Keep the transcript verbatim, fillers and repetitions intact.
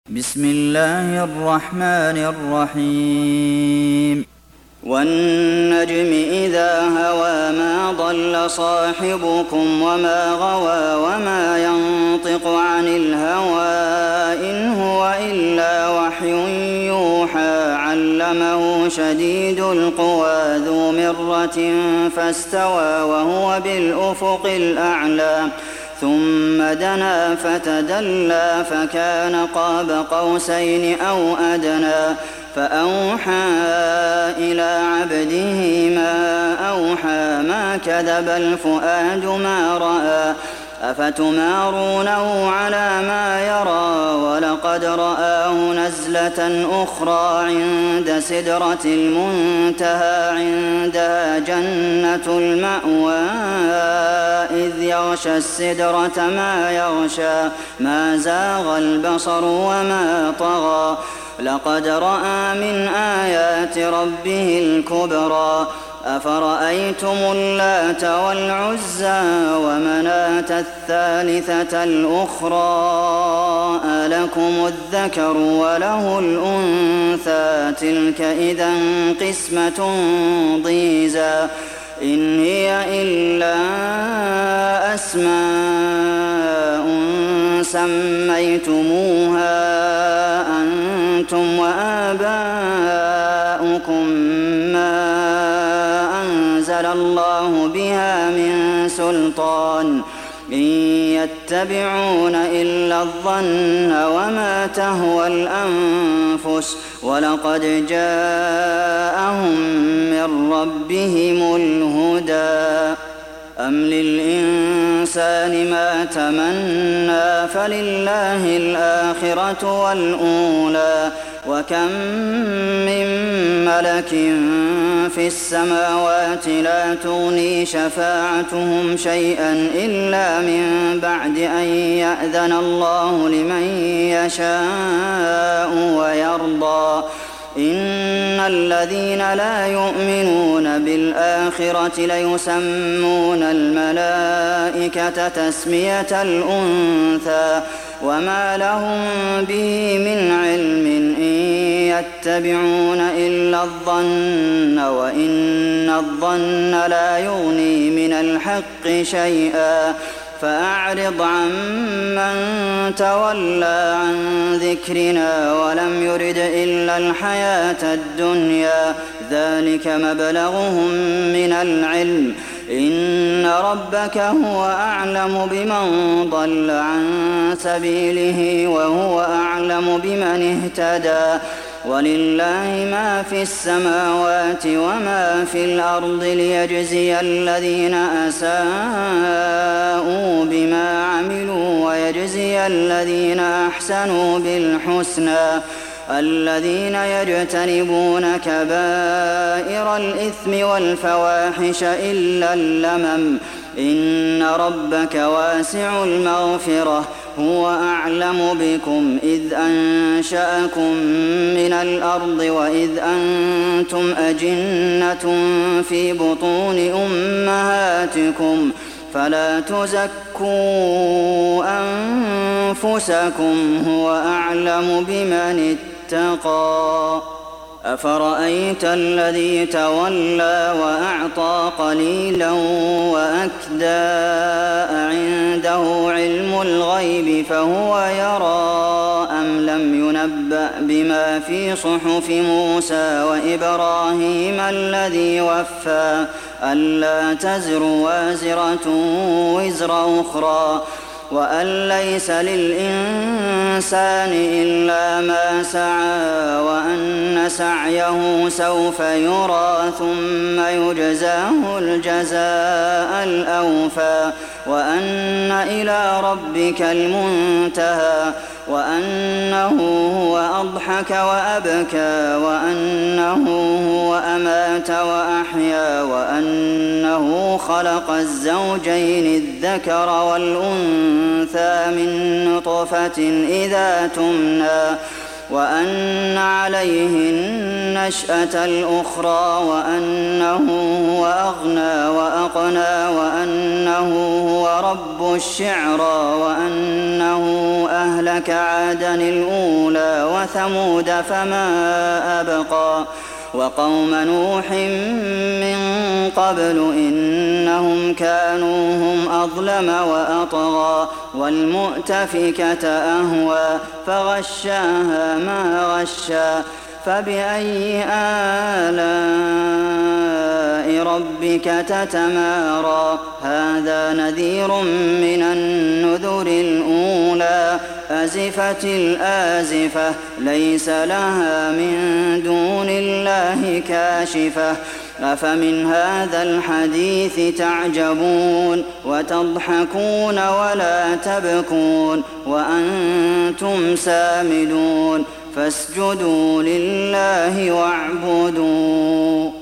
بسم الله الرحمن الرحيم والنجم إذا هوى ما ضل صاحبكم وما غوى وما ينطق عن الهوى إن هو إلا وحي يوحى علمه شديد القوى ذو مرة فاستوى وهو بالأفق الأعلى ثم دنا فتدلى فكان قاب قوسين أو أدنى فأوحى إلى عبده ما أوحى ما كذب الفؤاد ما رأى أفتمارونه على ما يرى ولقد رآه نزلة أخرى عند سدرة المنتهى عندها جنة المأوى إذ يغشى السدرة ما يغشى ما زاغ البصر وما طغى لقد رأى من آيات ربه الكبرى أفرأيتم اللات والعزى ومناة الثالثة الأخرى ألكم الذكر وله الأنثى تلك إذا قسمة ضيزى إن هي إلا أسماء سميتموها أنتم وآباؤكم ما أنزل الله بها من سلطان إن يتبعون إلا الظن وما تهوى الأنفس ولقد جاءهم من ربهم الهدى أم للإنسان ما تمنى فلله الآخرة والأولى وكم من ملك في السماوات لا تغني شفاعتهم شيئا إلا من بعد أن يأذن الله لمن يشاء ويرضى إن الذين لا يؤمنون بالآخرة ليسمون الملائكة تسمية الأنثى وما لهم به من علم إن يتبعون إلا الظن وإن الظن لا يغني من الحق شيئا فأعرض عن من تولى عن ذكرنا ولم يرد إلا الحياة الدنيا ذلك مبلغهم من العلم إن ربك هو أعلم بمن ضل عن سبيله وهو أعلم بمن اهتدى ولله ما في السماوات وما في الأرض ليجزي الذين أساءوا بما عملوا ويجزي الذين أحسنوا بالحسنى الذين يجتنبون كبائر الإثم والفواحش إلا اللمم إن ربك واسع المغفرة هو أعلم بكم إذ أنشأكم من الأرض وإذ أنتم أجنة في بطون أمهاتكم فلا تزكوا أنفسكم هو أعلم بمن اتقى أفرأيت الذي تولى وأعطى قليلا وأكدى عنده علم الغيب فهو يرى أم لم ينبأ بما في صحف موسى وإبراهيم الذي وفى ألا تزر وازرة وزر أخرى وأن ليس للإنسان إلا ما سعى وأن سعيه سوف يرى ثم يجزاه الجزاء الأوفى وأن إلى ربك المنتهى وأنه هو أضحك وأبكى وأنه هو أمات وأحيا وأنه خلق الزوجين الذكر والأنثى من نطفة إذا تمنى وأن عليه النشأة الأخرى وأنه هو أغنى وأقنى وأنه هو رب الشعرى وأنه أهلك عادا الأولى وثمود فما أبقى وقوم نوح من قبل إنهم كانوا هم أظلم وأطغى والمؤتفكة أهوى فغشاها ما غشى فبأي آلاء ربك تتمارى هذا نذير من النذر الأولى أزفت الآزفة ليس لها من دون الله كاشفة أفمن هذا الحديث تعجبون وتضحكون ولا تبكون وأنتم سامدون فاسجدوا لله واعبدوا